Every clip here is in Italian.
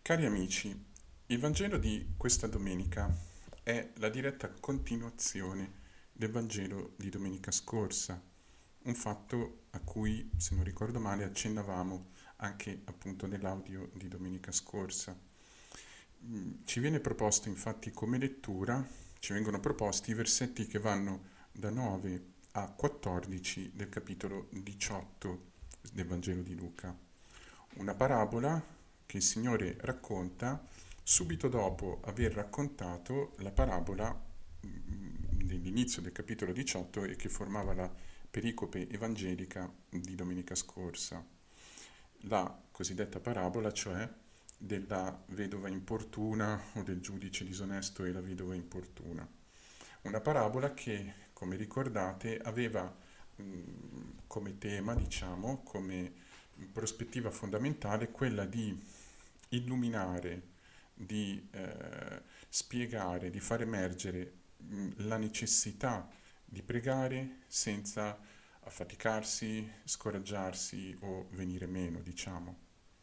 Cari amici, il Vangelo di questa domenica è la diretta continuazione del Vangelo di domenica scorsa, un fatto a cui, se non ricordo male, accennavamo anche appunto nell'audio di domenica scorsa. Ci viene proposto infatti come lettura, ci vengono proposti i versetti che vanno da 9 a 14 del capitolo 18 del Vangelo di Luca. Una parabola che il Signore racconta subito dopo aver raccontato la parabola dell'inizio del capitolo 18 e che formava la pericope evangelica di domenica scorsa. La cosiddetta parabola, cioè della vedova importuna o del giudice disonesto e la vedova importuna. Una parabola che, come ricordate, aveva come tema, diciamo, come prospettiva fondamentale quella di illuminare, di spiegare, di far emergere la necessità di pregare senza affaticarsi, scoraggiarsi o venire meno, diciamo.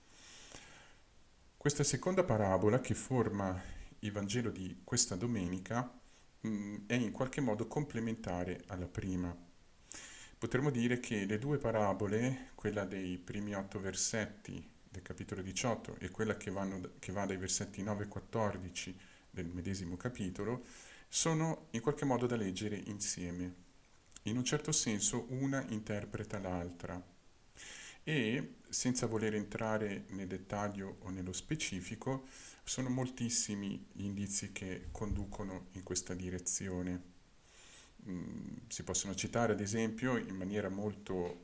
Questa seconda parabola che forma il Vangelo di questa domenica è in qualche modo complementare alla prima. Potremmo dire che le due parabole, quella dei primi 8 versetti del capitolo 18 e quella che va dai versetti 9 e 14 del medesimo capitolo, sono in qualche modo da leggere insieme. In un certo senso una interpreta l'altra e, senza voler entrare nel dettaglio o nello specifico, sono moltissimi gli indizi che conducono in questa direzione. Si possono citare ad esempio in maniera molto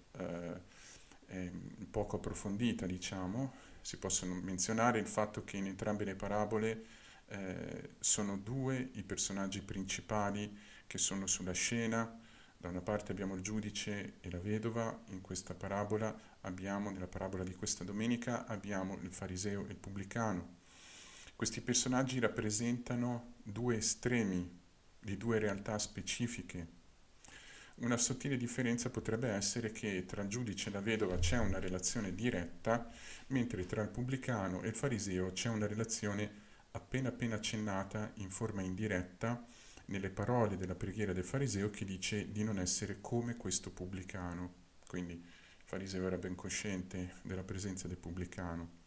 poco approfondita, diciamo, si possono menzionare il fatto che in entrambe le parabole sono due i personaggi principali che sono sulla scena. Da una parte abbiamo il giudice e la vedova, in questa parabola abbiamo, nella parabola di questa domenica, abbiamo il fariseo e il pubblicano. Questi personaggi rappresentano due estremi di due realtà specifiche. Una sottile differenza potrebbe essere che tra il giudice e la vedova c'è una relazione diretta, mentre tra il pubblicano e il fariseo c'è una relazione appena appena accennata in forma indiretta nelle parole della preghiera del fariseo che dice di non essere come questo pubblicano. Quindi il fariseo era ben cosciente della presenza del pubblicano.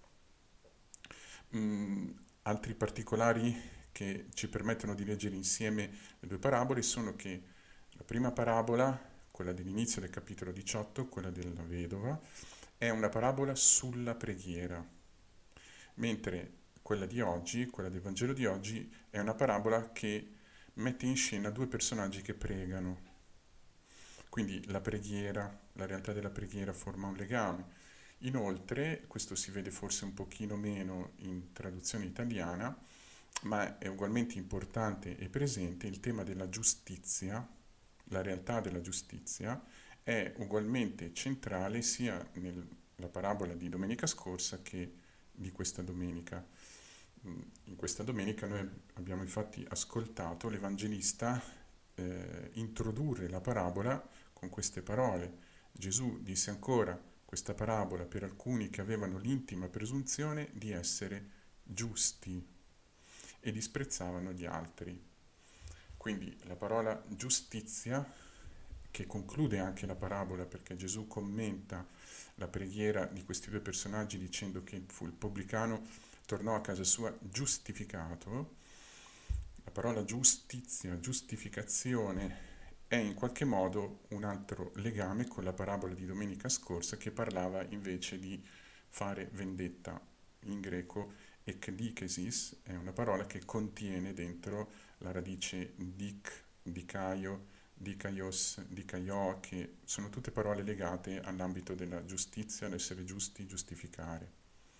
Altri particolari che ci permettono di leggere insieme le due parabole sono che la prima parabola, quella dell'inizio del capitolo 18, quella della vedova, è una parabola sulla preghiera, mentre quella di oggi, quella del Vangelo di oggi, è una parabola che mette in scena due personaggi che pregano. Quindi la preghiera, la realtà della preghiera forma un legame. Inoltre, questo si vede forse un pochino meno in traduzione italiana, ma è ugualmente importante e presente il tema della giustizia, la realtà della giustizia, è ugualmente centrale sia nella parabola di domenica scorsa che di questa domenica. In questa domenica noi abbiamo infatti ascoltato l'Evangelista introdurre la parabola con queste parole. Gesù disse ancora questa parabola per alcuni che avevano l'intima presunzione di essere giusti e disprezzavano gli altri. Quindi la parola giustizia, che conclude anche la parabola perché Gesù commenta la preghiera di questi due personaggi dicendo che il pubblicano tornò a casa sua giustificato. La parola giustizia, giustificazione è in qualche modo un altro legame con la parabola di domenica scorsa che parlava invece di fare vendetta. In greco ekdikesis è una parola che contiene dentro la radice dikaio, dikaios, dikaio, che sono tutte parole legate all'ambito della giustizia, l'essere giusti, giustificare.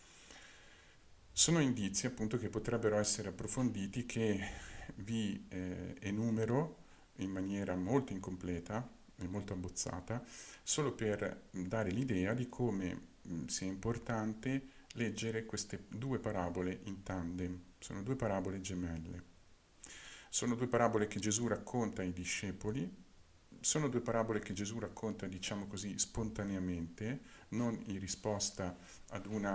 Sono indizi appunto che potrebbero essere approfonditi che vi enumero in maniera molto incompleta e molto abbozzata, solo per dare l'idea di come sia importante leggere queste due parabole in tandem. Sono due parabole gemelle. Sono due parabole che Gesù racconta ai discepoli, sono due parabole che Gesù racconta, diciamo così, spontaneamente, non in risposta ad una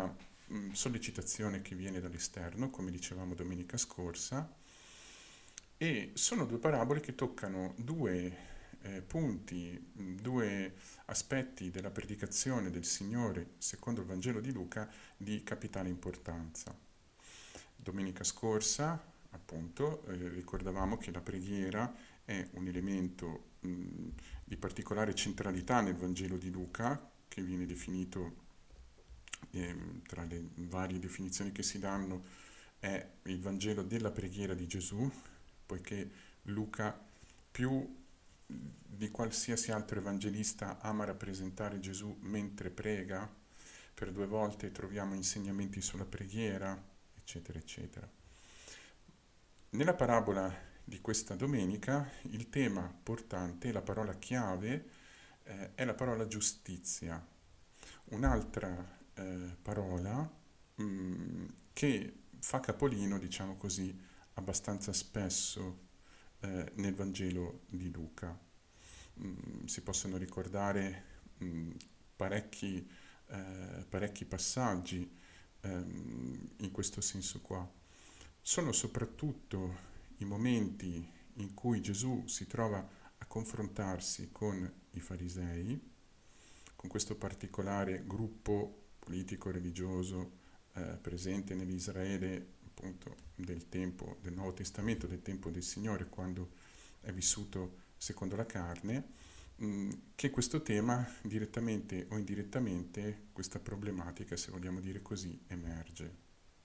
sollecitazione che viene dall'esterno, come dicevamo domenica scorsa, e sono due parabole che toccano due punti, due aspetti della predicazione del Signore, secondo il Vangelo di Luca, di capitale importanza. Domenica scorsa, appunto, ricordavamo che la preghiera è un elemento di particolare centralità nel Vangelo di Luca, che viene definito, tra le varie definizioni che si danno, è il Vangelo della preghiera di Gesù, poiché Luca più di qualsiasi altro evangelista ama rappresentare Gesù mentre prega. Per due volte troviamo insegnamenti sulla preghiera, eccetera, eccetera. Nella parabola di questa domenica il tema portante, la parola chiave, è la parola giustizia. Un'altra parola che fa capolino, diciamo così, abbastanza spesso nel Vangelo di Luca. Si possono ricordare parecchi, parecchi passaggi in questo senso qua. Sono soprattutto i momenti in cui Gesù si trova a confrontarsi con i farisei, con questo particolare gruppo politico-religioso presente nell'Israele appunto del tempo del Nuovo Testamento, del tempo del Signore, quando è vissuto secondo la carne, che questo tema direttamente o indirettamente, questa problematica, se vogliamo dire così, emerge.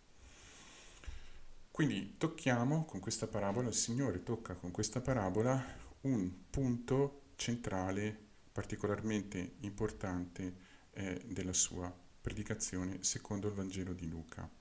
Quindi tocchiamo con questa parabola, il Signore tocca con questa parabola un punto centrale particolarmente importante della sua predicazione secondo il Vangelo di Luca.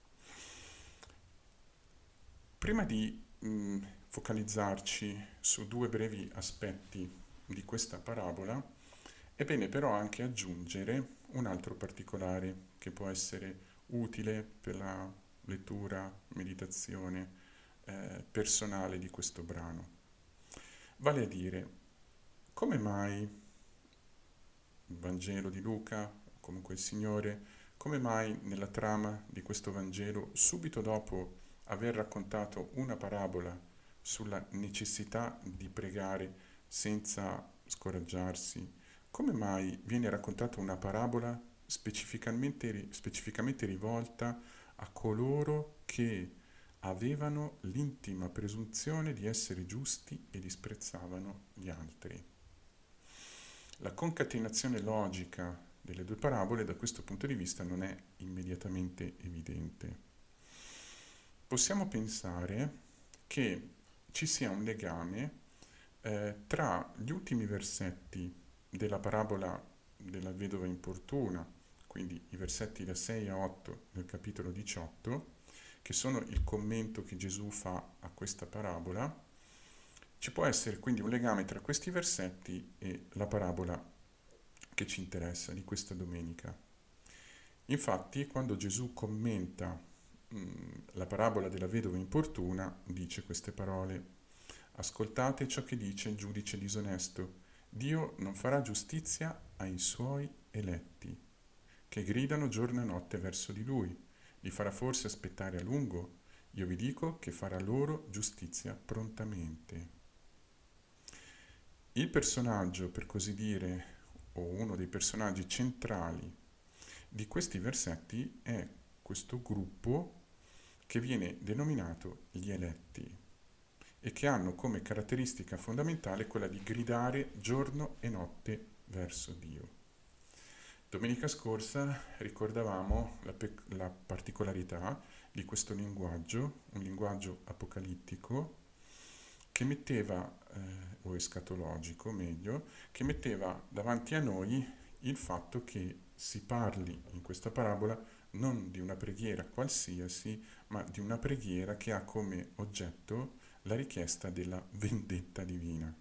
Prima di focalizzarci su due brevi aspetti di questa parabola, è bene però anche aggiungere un altro particolare che può essere utile per la lettura, meditazione personale di questo brano. Vale a dire, come mai il Vangelo di Luca, comunque il Signore, come mai nella trama di questo Vangelo, subito dopo aver raccontato una parabola sulla necessità di pregare senza scoraggiarsi, come mai viene raccontata una parabola specificamente rivolta a coloro che avevano l'intima presunzione di essere giusti e disprezzavano gli altri? La concatenazione logica delle due parabole da questo punto di vista non è immediatamente evidente. Possiamo pensare che ci sia un legame tra gli ultimi versetti della parabola della vedova importuna, quindi i versetti da 6 a 8 del capitolo 18, che sono il commento che Gesù fa a questa parabola. Ci può essere quindi un legame tra questi versetti e la parabola che ci interessa di questa domenica. Infatti, quando Gesù commenta la parabola della vedova importuna, dice queste parole: ascoltate ciò che dice il giudice disonesto. Dio non farà giustizia ai suoi eletti, che gridano giorno e notte verso di lui. Li farà forse aspettare a lungo? Io vi dico che farà loro giustizia prontamente. Il personaggio, per così dire, o uno dei personaggi centrali di questi versetti è questo gruppo che viene denominato gli eletti e che hanno come caratteristica fondamentale quella di gridare giorno e notte verso Dio. Domenica scorsa ricordavamo la particolarità di questo linguaggio, un linguaggio apocalittico che metteva, o escatologico meglio, che metteva davanti a noi il fatto che si parli in questa parabola non di una preghiera qualsiasi, ma di una preghiera che ha come oggetto la richiesta della vendetta divina.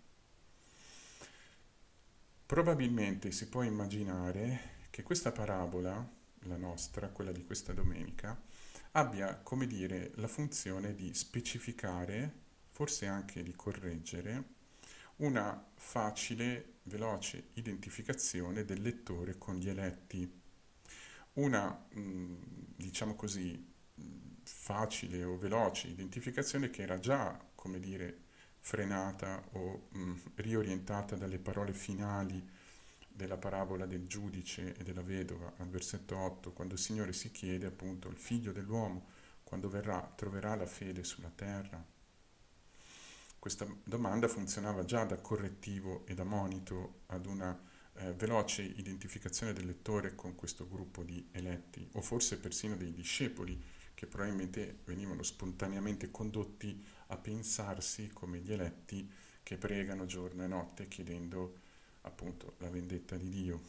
Probabilmente si può immaginare che questa parabola, la nostra, quella di questa domenica, abbia, come dire, la funzione di specificare, forse anche di correggere, una facile, veloce identificazione del lettore con gli eletti. Una, diciamo così, facile o veloce identificazione che era già, come dire, frenata o riorientata dalle parole finali della parabola del giudice e della vedova al versetto 8, quando il Signore si chiede appunto il figlio dell'uomo, quando verrà, troverà la fede sulla terra. Questa domanda funzionava già da correttivo e da monito ad una veloce identificazione del lettore con questo gruppo di eletti, o forse persino dei discepoli, che probabilmente venivano spontaneamente condotti a pensarsi come gli eletti che pregano giorno e notte chiedendo appunto la vendetta di Dio.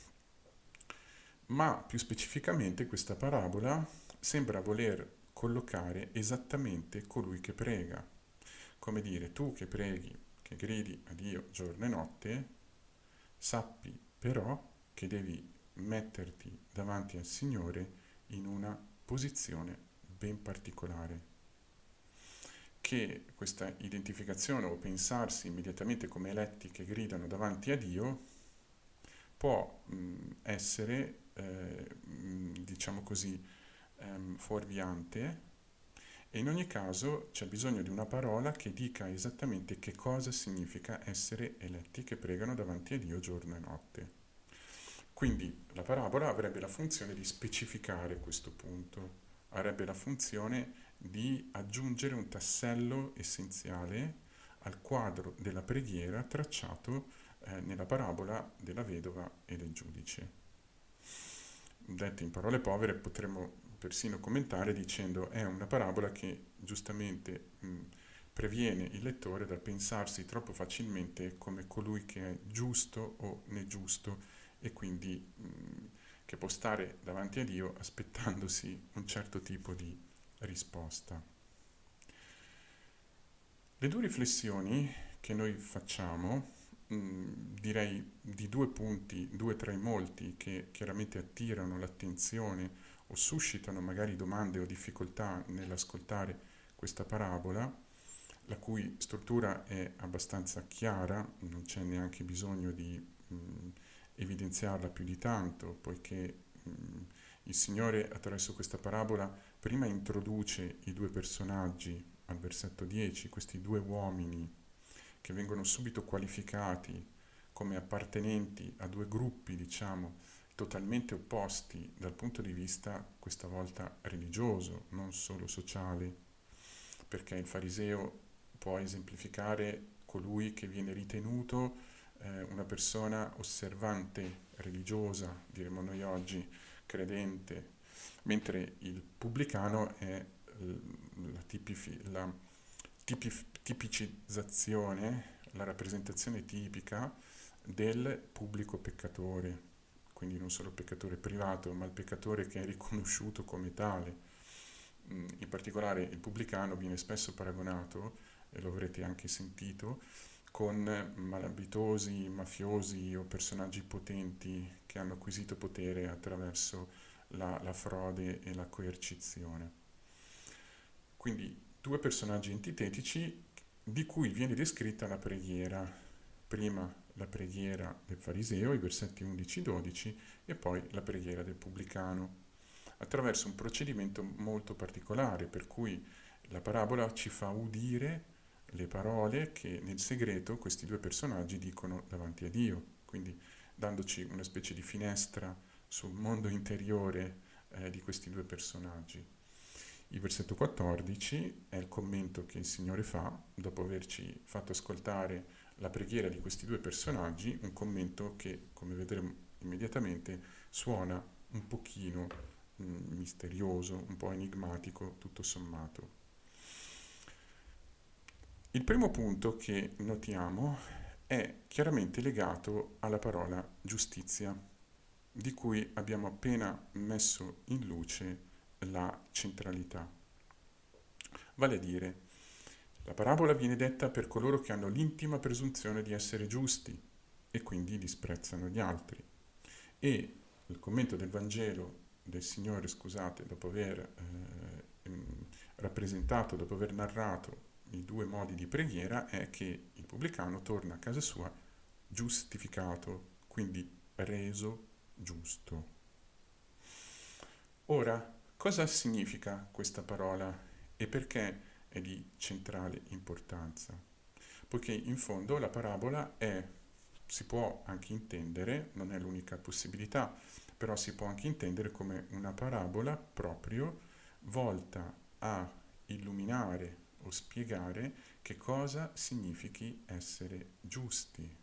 Ma più specificamente questa parabola sembra voler collocare esattamente colui che prega, come dire, tu che preghi, che gridi a Dio giorno e notte, sappi però che devi metterti davanti al Signore in una posizione ben particolare, che questa identificazione o pensarsi immediatamente come eletti che gridano davanti a Dio può essere, diciamo così, fuorviante, e in ogni caso c'è bisogno di una parola che dica esattamente che cosa significa essere eletti che pregano davanti a Dio giorno e notte. Quindi la parabola avrebbe la funzione di specificare questo punto, avrebbe la funzione di aggiungere un tassello essenziale al quadro della preghiera tracciato nella parabola della vedova e del giudice. Dette in parole povere potremmo persino commentare dicendo è una parabola che giustamente previene il lettore dal pensarsi troppo facilmente come colui che è giusto o negiusto e quindi che può stare davanti a Dio aspettandosi un certo tipo di risposta. Le due riflessioni che noi facciamo, direi di due punti, due tra i molti che chiaramente attirano l'attenzione o suscitano magari domande o difficoltà nell'ascoltare questa parabola, la cui struttura è abbastanza chiara, non c'è neanche bisogno di evidenziarla più di tanto, poiché il Signore attraverso questa parabola prima introduce i due personaggi al versetto 10, questi due uomini che vengono subito qualificati come appartenenti a due gruppi, diciamo, totalmente opposti dal punto di vista questa volta religioso, non solo sociale, perché il fariseo può esemplificare colui che viene ritenuto una persona osservante, religiosa, diremmo noi oggi, credente, mentre il pubblicano è la tipicizzazione, la rappresentazione tipica del pubblico peccatore, quindi non solo il peccatore privato, ma il peccatore che è riconosciuto come tale. In particolare il pubblicano viene spesso paragonato, e lo avrete anche sentito, con malavitosi, mafiosi o personaggi potenti che hanno acquisito potere attraverso la frode e la coercizione. Quindi due personaggi antitetici di cui viene descritta la preghiera. Prima la preghiera del fariseo, i versetti 11-12, e poi la preghiera del pubblicano, attraverso un procedimento molto particolare, per cui la parabola ci fa udire le parole che nel segreto questi due personaggi dicono davanti a Dio, quindi dandoci una specie di finestra sul mondo interiore di questi due personaggi. Il versetto 14 è il commento che il Signore fa dopo averci fatto ascoltare la preghiera di questi due personaggi, un commento che, come vedremo immediatamente, suona un pochino misterioso, un po' enigmatico, tutto sommato. Il primo punto che notiamo è chiaramente legato alla parola giustizia, di cui abbiamo appena messo in luce la centralità. Vale a dire, la parabola viene detta per coloro che hanno l'intima presunzione di essere giusti e quindi disprezzano gli altri. E il commento del Vangelo del Signore, scusate, dopo aver rappresentato, dopo aver narrato i due modi di preghiera, è che il pubblicano torna a casa sua giustificato, quindi reso giusto. Ora, cosa significa questa parola e perché è di centrale importanza? Poiché in fondo la parabola si può anche intendere, non è l'unica possibilità, però si può anche intendere come una parabola proprio volta a illuminare o spiegare che cosa significhi essere giusti.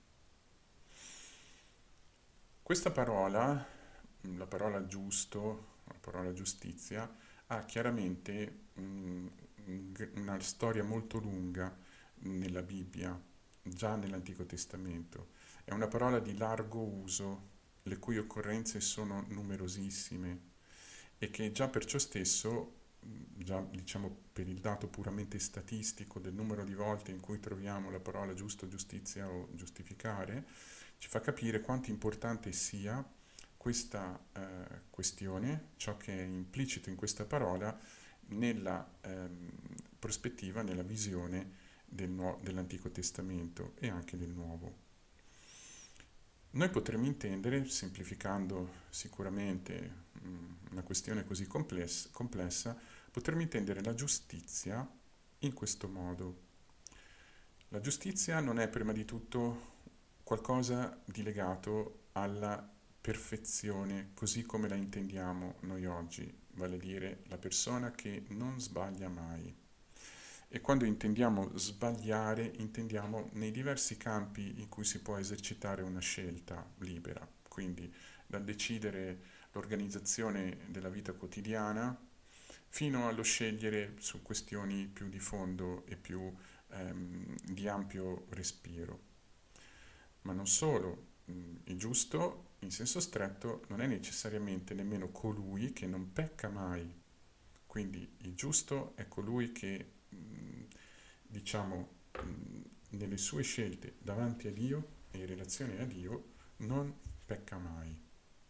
Questa parola, la parola giusto, la parola giustizia, ha chiaramente una storia molto lunga nella Bibbia, già nell'Antico Testamento. È una parola di largo uso, le cui occorrenze sono numerosissime e che già per ciò stesso, già diciamo per il dato puramente statistico del numero di volte in cui troviamo la parola giusto, giustizia o giustificare, ci fa capire quanto importante sia questa questione, ciò che è implicito in questa parola, nella prospettiva, nella visione dell'Antico Testamento e anche del Nuovo. Noi potremmo intendere, semplificando sicuramente una questione così complessa, potremmo intendere la giustizia in questo modo. La giustizia non è prima di tutto qualcosa di legato alla perfezione, così come la intendiamo noi oggi, vale a dire la persona che non sbaglia mai. E quando intendiamo sbagliare, intendiamo nei diversi campi in cui si può esercitare una scelta libera, quindi dal decidere l'organizzazione della vita quotidiana fino allo scegliere su questioni più di fondo e più di ampio respiro. Ma non solo, il giusto in senso stretto non è necessariamente nemmeno colui che non pecca mai. Quindi il giusto è colui che, diciamo, nelle sue scelte davanti a Dio e in relazione a Dio non pecca mai.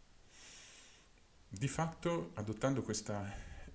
Di fatto, adottando questa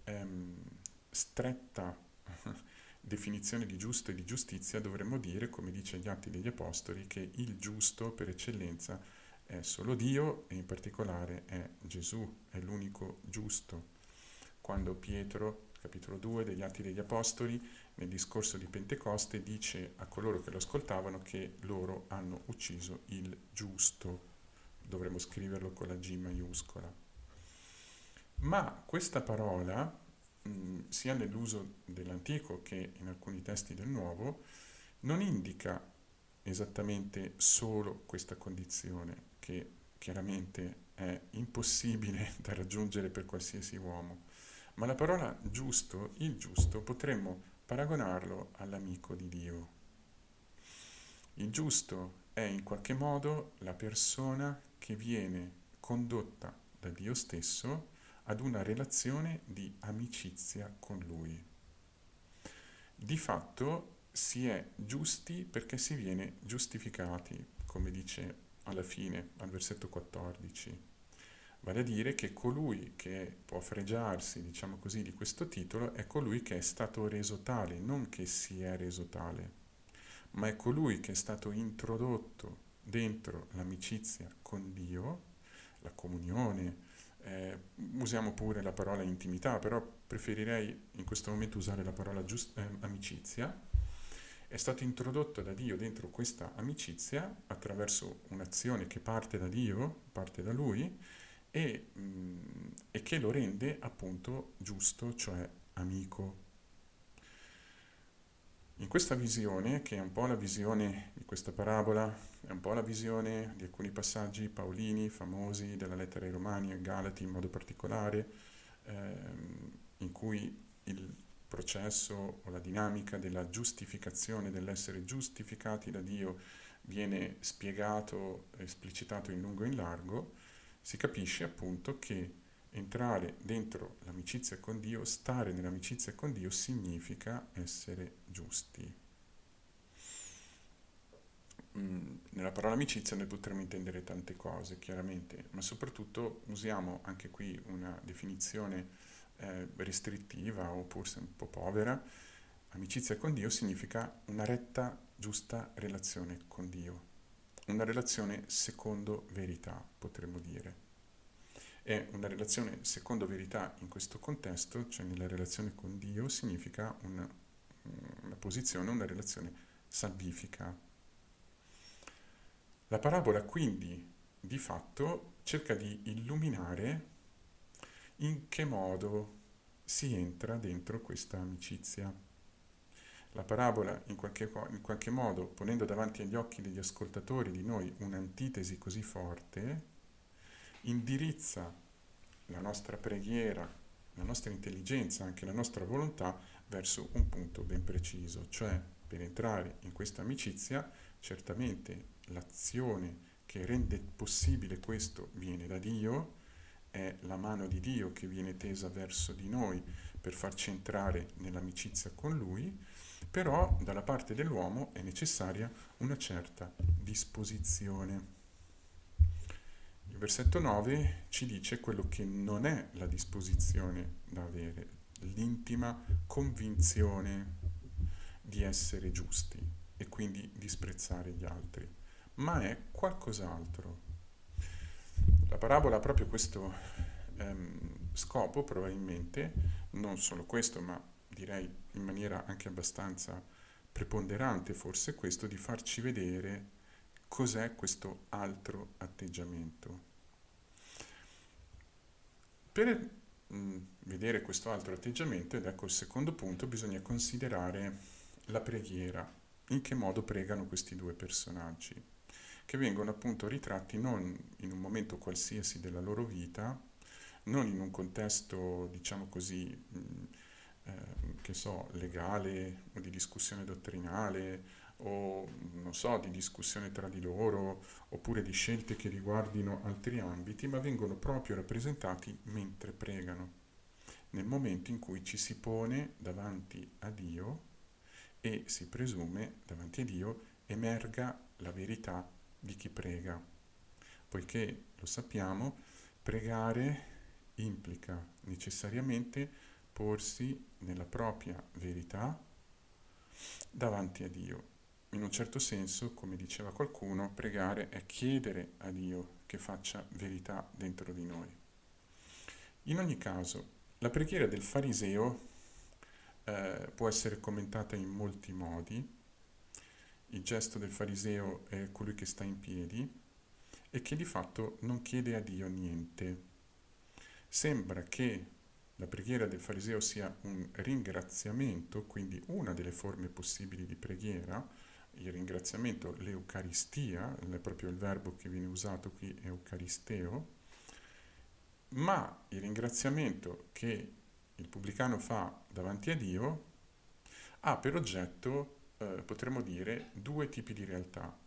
stretta definizione di giusto e di giustizia, dovremmo dire, come dice agli Atti degli Apostoli, che il giusto per eccellenza è solo Dio e in particolare è Gesù, è l'unico giusto. Quando Pietro, capitolo 2 degli Atti degli Apostoli, nel discorso di Pentecoste, dice a coloro che lo ascoltavano che loro hanno ucciso il giusto. Dovremmo scriverlo con la G maiuscola. Ma questa parola, sia nell'uso dell'Antico che in alcuni testi del Nuovo, non indica esattamente solo questa condizione, che chiaramente è impossibile da raggiungere per qualsiasi uomo, ma la parola giusto, il giusto, potremmo paragonarlo all'amico di Dio. Il giusto è in qualche modo la persona che viene condotta da Dio stesso ad una relazione di amicizia con Lui. Di fatto si è giusti perché si viene giustificati, come dice alla fine, al versetto 14. Vale a dire che colui che può fregiarsi, diciamo così, di questo titolo è colui che è stato reso tale, non che si è reso tale, ma è colui che è stato introdotto dentro l'amicizia con Dio, la comunione, usiamo pure la parola intimità, però preferirei in questo momento usare la parola amicizia. È stato introdotto da Dio dentro questa amicizia attraverso un'azione che parte da Dio, parte da Lui, e che lo rende appunto giusto, cioè amico. In questa visione, che è un po' la visione di questa parabola, è un po' la visione di alcuni passaggi paolini famosi della lettera ai Romani e Galati in modo particolare, in cui il processo o la dinamica della giustificazione, dell'essere giustificati da Dio, viene spiegato, esplicitato in lungo e in largo, si capisce appunto che entrare dentro l'amicizia con Dio, stare nell'amicizia con Dio, significa essere giusti. Nella parola amicizia noi potremmo intendere tante cose, chiaramente, ma soprattutto usiamo anche qui una definizione restrittiva o forse un po' povera. Amicizia con Dio significa una retta, giusta relazione con Dio, una relazione secondo verità, potremmo dire. È una relazione secondo verità in questo contesto, cioè nella relazione con Dio, significa una posizione, una relazione salvifica. La parabola quindi di fatto cerca di illuminare in che modo si entra dentro questa amicizia. La parabola in qualche modo, ponendo davanti agli occhi degli ascoltatori di noi un'antitesi così forte, indirizza la nostra preghiera, la nostra intelligenza, anche la nostra volontà verso un punto ben preciso, cioè per entrare in questa amicizia, certamente l'azione che rende possibile questo viene da Dio, è la mano di Dio che viene tesa verso di noi per farci entrare nell'amicizia con Lui, però dalla parte dell'uomo è necessaria una certa disposizione. Il versetto 9 ci dice quello che non è la disposizione da avere, l'intima convinzione di essere giusti e quindi disprezzare gli altri, ma è qualcos'altro. La parabola ha proprio questo scopo, probabilmente, non solo questo, ma direi in maniera anche abbastanza preponderante, forse questo, di farci vedere cos'è questo altro atteggiamento. Per vedere questo altro atteggiamento, ed ecco il secondo punto, bisogna considerare la preghiera, in che modo pregano questi due personaggi, che vengono appunto ritratti non in un momento qualsiasi della loro vita, non in un contesto, diciamo così, che so, legale o di discussione dottrinale o non so, di discussione tra di loro oppure di scelte che riguardino altri ambiti, ma vengono proprio rappresentati mentre pregano, nel momento in cui ci si pone davanti a Dio e si presume davanti a Dio emerga la verità di chi prega, poiché lo sappiamo, pregare implica necessariamente porsi nella propria verità davanti a Dio. In un certo senso, come diceva qualcuno, pregare è chiedere a Dio che faccia verità dentro di noi. In ogni caso, la preghiera del fariseo può essere commentata in molti modi. Il gesto del fariseo è colui che sta in piedi e che di fatto non chiede a Dio niente. Sembra che la preghiera del fariseo sia un ringraziamento, quindi una delle forme possibili di preghiera, il ringraziamento, l'Eucaristia, è proprio il verbo che viene usato qui è Eucaristeo, ma il ringraziamento che il pubblicano fa davanti a Dio ha per oggetto, potremmo dire, due tipi di realtà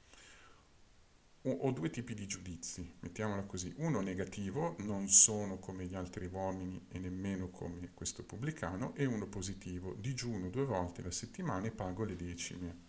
o due tipi di giudizi, mettiamola così. Uno negativo, non sono come gli altri uomini e nemmeno come questo pubblicano, e uno positivo, digiuno 2 volte la settimana e pago le decime.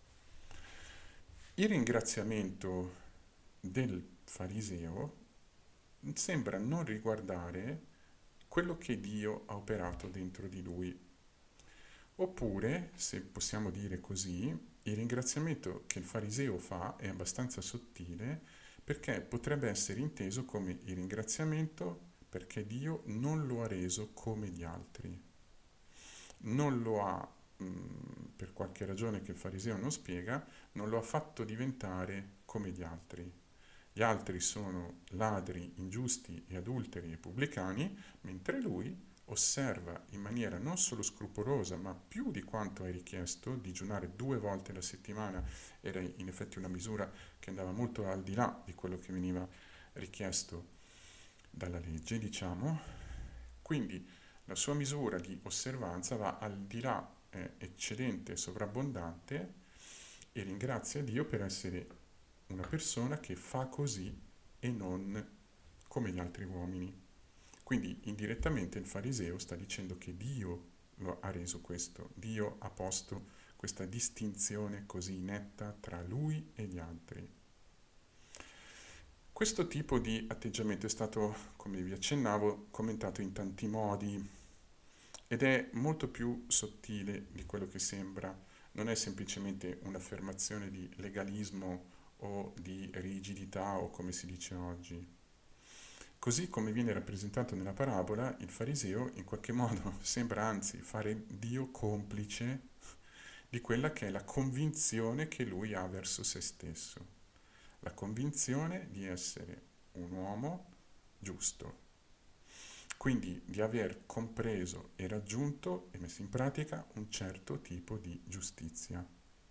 Il ringraziamento del fariseo sembra non riguardare quello che Dio ha operato dentro di lui. Oppure, se possiamo dire così, il ringraziamento che il fariseo fa è abbastanza sottile perché potrebbe essere inteso come il ringraziamento perché Dio non lo ha reso come gli altri. Non lo ha, per qualche ragione che il fariseo non spiega, non lo ha fatto diventare come gli altri. Gli altri sono ladri, ingiusti e adulteri e pubblicani, mentre lui osserva in maniera non solo scrupolosa, ma più di quanto è richiesto, digiunare 2 volte la settimana era in effetti una misura che andava molto al di là di quello che veniva richiesto dalla legge, diciamo. Quindi la sua misura di osservanza va al di là, è eccedente, sovrabbondante e ringrazia Dio per essere una persona che fa così e non come gli altri uomini. Quindi indirettamente il fariseo sta dicendo che Dio lo ha reso questo, Dio ha posto questa distinzione così netta tra lui e gli altri. Questo tipo di atteggiamento è stato, come vi accennavo, commentato in tanti modi ed è molto più sottile di quello che sembra. Non è semplicemente un'affermazione di legalismo o di rigidità o come si dice oggi. Così come viene rappresentato nella parabola, il fariseo in qualche modo sembra anzi fare Dio complice di quella che è la convinzione che lui ha verso se stesso, la convinzione di essere un uomo giusto, quindi di aver compreso e raggiunto e messo in pratica un certo tipo di giustizia.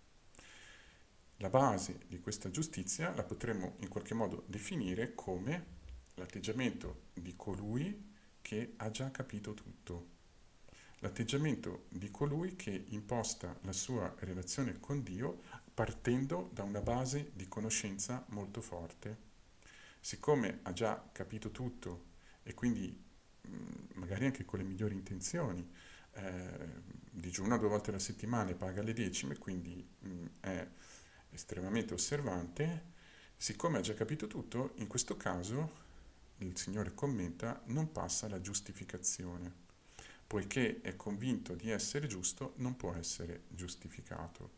La base di questa giustizia la potremmo in qualche modo definire come l'atteggiamento di colui che ha già capito tutto, l'atteggiamento di colui che imposta la sua relazione con Dio partendo da una base di conoscenza molto forte. Siccome ha già capito tutto e quindi magari anche con le migliori intenzioni, digiuna 2 volte alla settimana e paga le decime, quindi è estremamente osservante, siccome ha già capito tutto, in questo caso il Signore commenta, non passa alla giustificazione. Poiché è convinto di essere giusto, non può essere giustificato.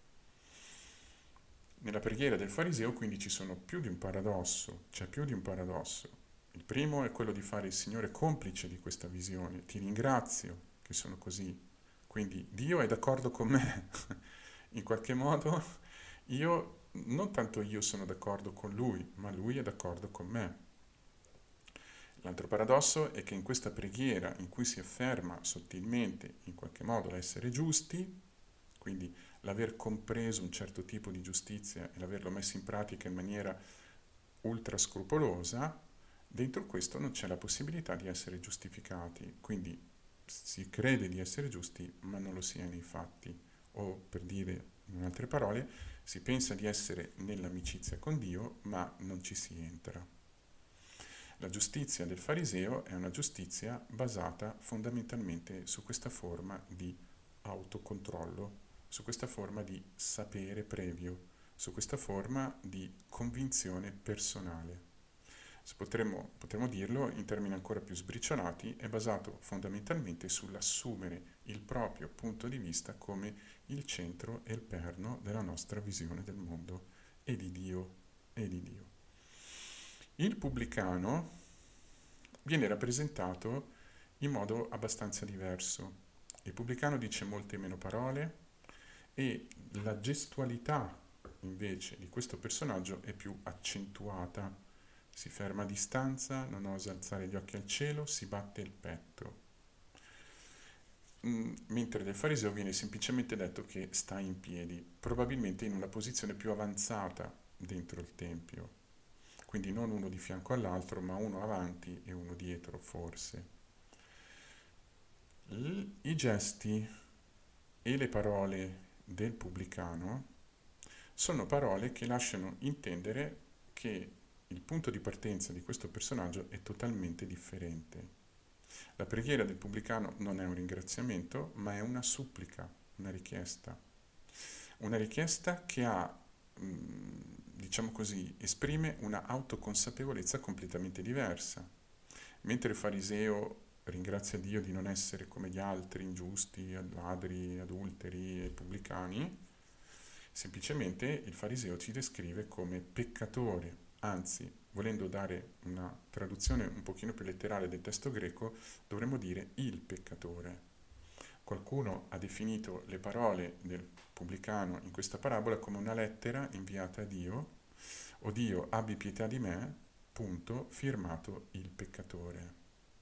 Nella preghiera del fariseo quindi ci sono più di un paradosso, c'è più di un paradosso. Il primo è quello di fare il Signore complice di questa visione. Ti ringrazio che sono così. Quindi Dio è d'accordo con me. In qualche modo non tanto io sono d'accordo con Lui, ma Lui è d'accordo con me. L'altro paradosso è che in questa preghiera in cui si afferma sottilmente in qualche modo l'essere giusti, quindi l'aver compreso un certo tipo di giustizia e l'averlo messo in pratica in maniera ultra scrupolosa, dentro questo non c'è la possibilità di essere giustificati, quindi si crede di essere giusti ma non lo si è nei fatti, o per dire in altre parole, si pensa di essere nell'amicizia con Dio ma non ci si entra. La giustizia del fariseo è una giustizia basata fondamentalmente su questa forma di autocontrollo, su questa forma di sapere previo, su questa forma di convinzione personale. Se potremmo dirlo in termini ancora più sbriciolati, è basato fondamentalmente sull'assumere il proprio punto di vista come il centro e il perno della nostra visione del mondo e di Dio e di Dio. Il pubblicano viene rappresentato in modo abbastanza diverso. Il pubblicano dice molte meno parole e la gestualità invece di questo personaggio è più accentuata. Si ferma a distanza, non osa alzare gli occhi al cielo, si batte il petto. Mentre del fariseo viene semplicemente detto che sta in piedi, probabilmente in una posizione più avanzata dentro il tempio. Quindi non uno di fianco all'altro, ma uno avanti e uno dietro, forse. I gesti e le parole del pubblicano sono parole che lasciano intendere che il punto di partenza di questo personaggio è totalmente differente. La preghiera del pubblicano non è un ringraziamento, ma è una supplica, una richiesta. Una richiesta che ha, diciamo così, esprime una autoconsapevolezza completamente diversa. Mentre il fariseo ringrazia Dio di non essere come gli altri, ingiusti, ladri, adulteri e pubblicani, semplicemente il fariseo ci descrive come peccatore, anzi, volendo dare una traduzione un pochino più letterale del testo greco, dovremmo dire il peccatore. Qualcuno ha definito le parole del pubblicano in questa parabola come una lettera inviata a Dio, o Dio abbi pietà di me, punto, firmato il peccatore.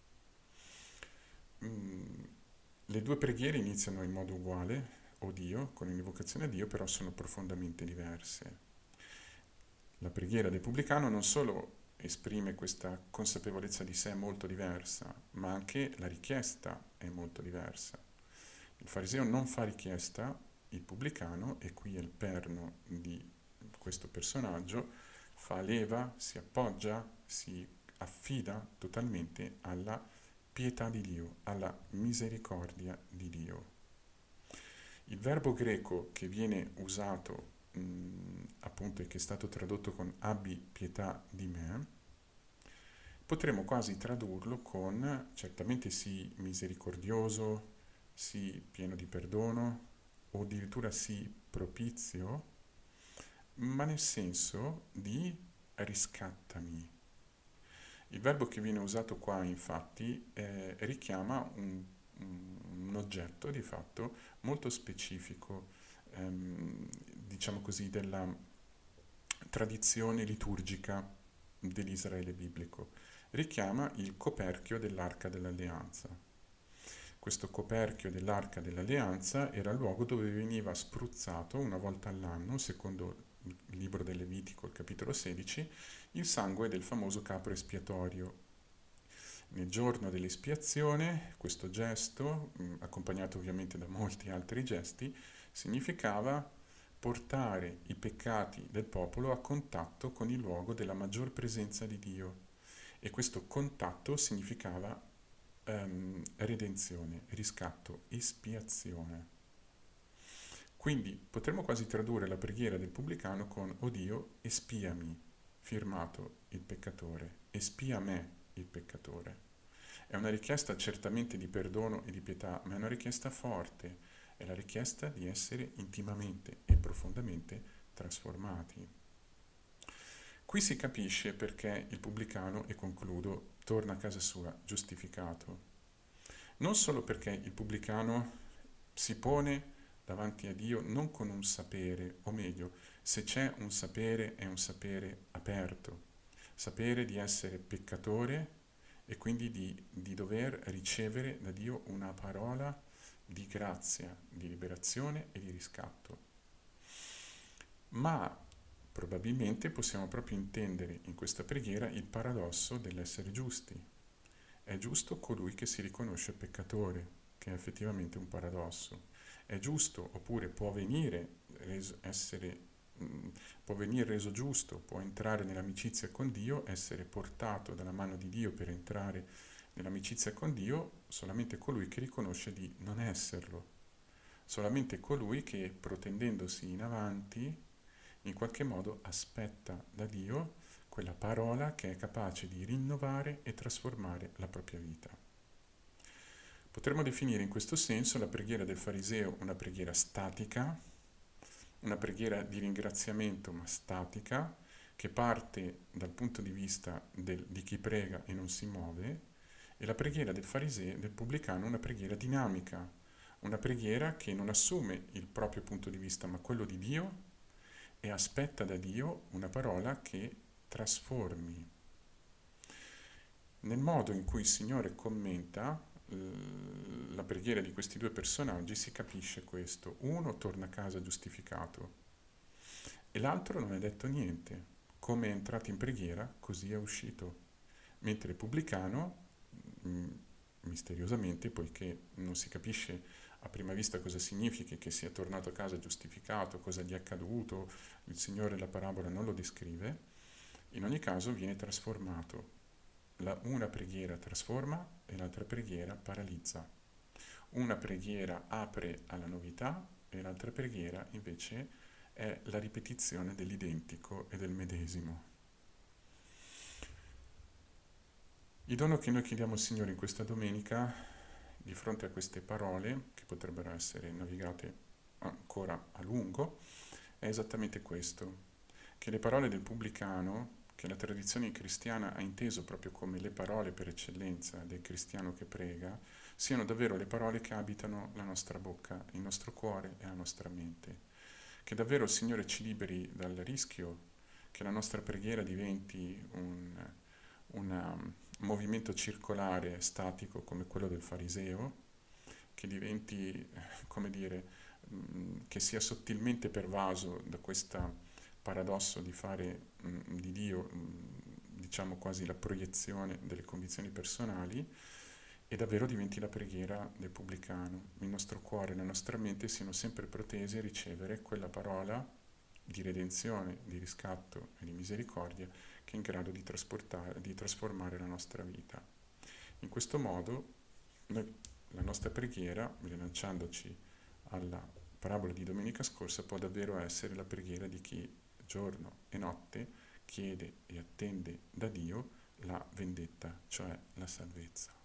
Le due preghiere iniziano in modo uguale, o Dio, con un'invocazione a Dio, però sono profondamente diverse. La preghiera del pubblicano non solo esprime questa consapevolezza di sé molto diversa, ma anche la richiesta è molto diversa. Il fariseo non fa richiesta, il pubblicano, e qui è il perno di questo personaggio, fa leva, si appoggia, si affida totalmente alla pietà di Dio, alla misericordia di Dio. Il verbo greco che viene usato appunto e che è stato tradotto con abbi pietà di me, potremmo quasi tradurlo con certamente sì misericordioso, sì pieno di perdono o addirittura sì propizio, ma nel senso di riscattami. Il verbo che viene usato qua, infatti, richiama un oggetto di fatto molto specifico, diciamo così, della tradizione liturgica dell'Israele biblico. Richiama il coperchio dell'Arca dell'Alleanza. Questo coperchio dell'Arca dell'Alleanza era il luogo dove veniva spruzzato una volta all'anno, secondo il libro del Levitico, il capitolo 16, il sangue del famoso capro espiatorio. Nel giorno dell'espiazione, questo gesto, accompagnato ovviamente da molti altri gesti, significava portare i peccati del popolo a contatto con il luogo della maggior presenza di Dio. E questo contatto significava redenzione, riscatto, espiazione. Quindi potremmo quasi tradurre la preghiera del pubblicano con "O Dio, espiami", firmato il peccatore, espia me il peccatore. È una richiesta certamente di perdono e di pietà, ma è una richiesta forte, è la richiesta di essere intimamente e profondamente trasformati. Qui si capisce perché il pubblicano, e concludo, torna a casa sua giustificato. Non solo perché il pubblicano si pone davanti a Dio non con un sapere, o meglio, se c'è un sapere è un sapere aperto, sapere di essere peccatore e quindi di dover ricevere da Dio una parola di grazia, di liberazione e di riscatto. Ma probabilmente possiamo proprio intendere in questa preghiera il paradosso dell'essere giusti. È giusto colui che si riconosce peccatore, che è effettivamente un paradosso. È giusto, oppure può venire reso giusto, può entrare nell'amicizia con Dio, essere portato dalla mano di Dio per entrare nell'amicizia con Dio, solamente colui che riconosce di non esserlo, solamente colui che, protendendosi in avanti, in qualche modo aspetta da Dio quella parola che è capace di rinnovare e trasformare la propria vita. Potremmo definire in questo senso la preghiera del fariseo una preghiera statica, una preghiera di ringraziamento ma statica, che parte dal punto di vista di chi prega e non si muove, e la preghiera del fariseo, del pubblicano, una preghiera dinamica, una preghiera che non assume il proprio punto di vista ma quello di Dio e aspetta da Dio una parola che trasformi. Nel modo in cui il Signore commenta la preghiera di questi due personaggi si capisce questo. Uno torna a casa giustificato e l'altro non è detto niente. Come è entrato in preghiera, così è uscito. Mentre il pubblicano, misteriosamente, poiché non si capisce a prima vista cosa significhi che sia tornato a casa giustificato, cosa gli è accaduto, il Signore la parabola non lo descrive, in ogni caso viene trasformato. Una preghiera trasforma e l'altra preghiera paralizza. Una preghiera apre alla novità e l'altra preghiera invece è la ripetizione dell'identico e del medesimo. Il dono che noi chiediamo al Signore in questa domenica, di fronte a queste parole, che potrebbero essere navigate ancora a lungo, è esattamente questo, che le parole del pubblicano, che la tradizione cristiana ha inteso proprio come le parole per eccellenza del cristiano che prega, siano davvero le parole che abitano la nostra bocca, il nostro cuore e la nostra mente. Che davvero il Signore ci liberi dal rischio che la nostra preghiera diventi un movimento circolare statico come quello del fariseo, che diventi, come dire, che sia sottilmente pervaso da questo paradosso di fare di Dio, diciamo quasi la proiezione delle condizioni personali, e davvero diventi la preghiera del pubblicano. Il nostro cuore e la nostra mente siano sempre protesi a ricevere quella parola di redenzione, di riscatto e di misericordia che è in grado di trasformare la nostra vita. In questo modo la nostra preghiera, rilanciandoci alla parabola di domenica scorsa, può davvero essere la preghiera di chi giorno e notte chiede e attende da Dio la vendetta, cioè la salvezza.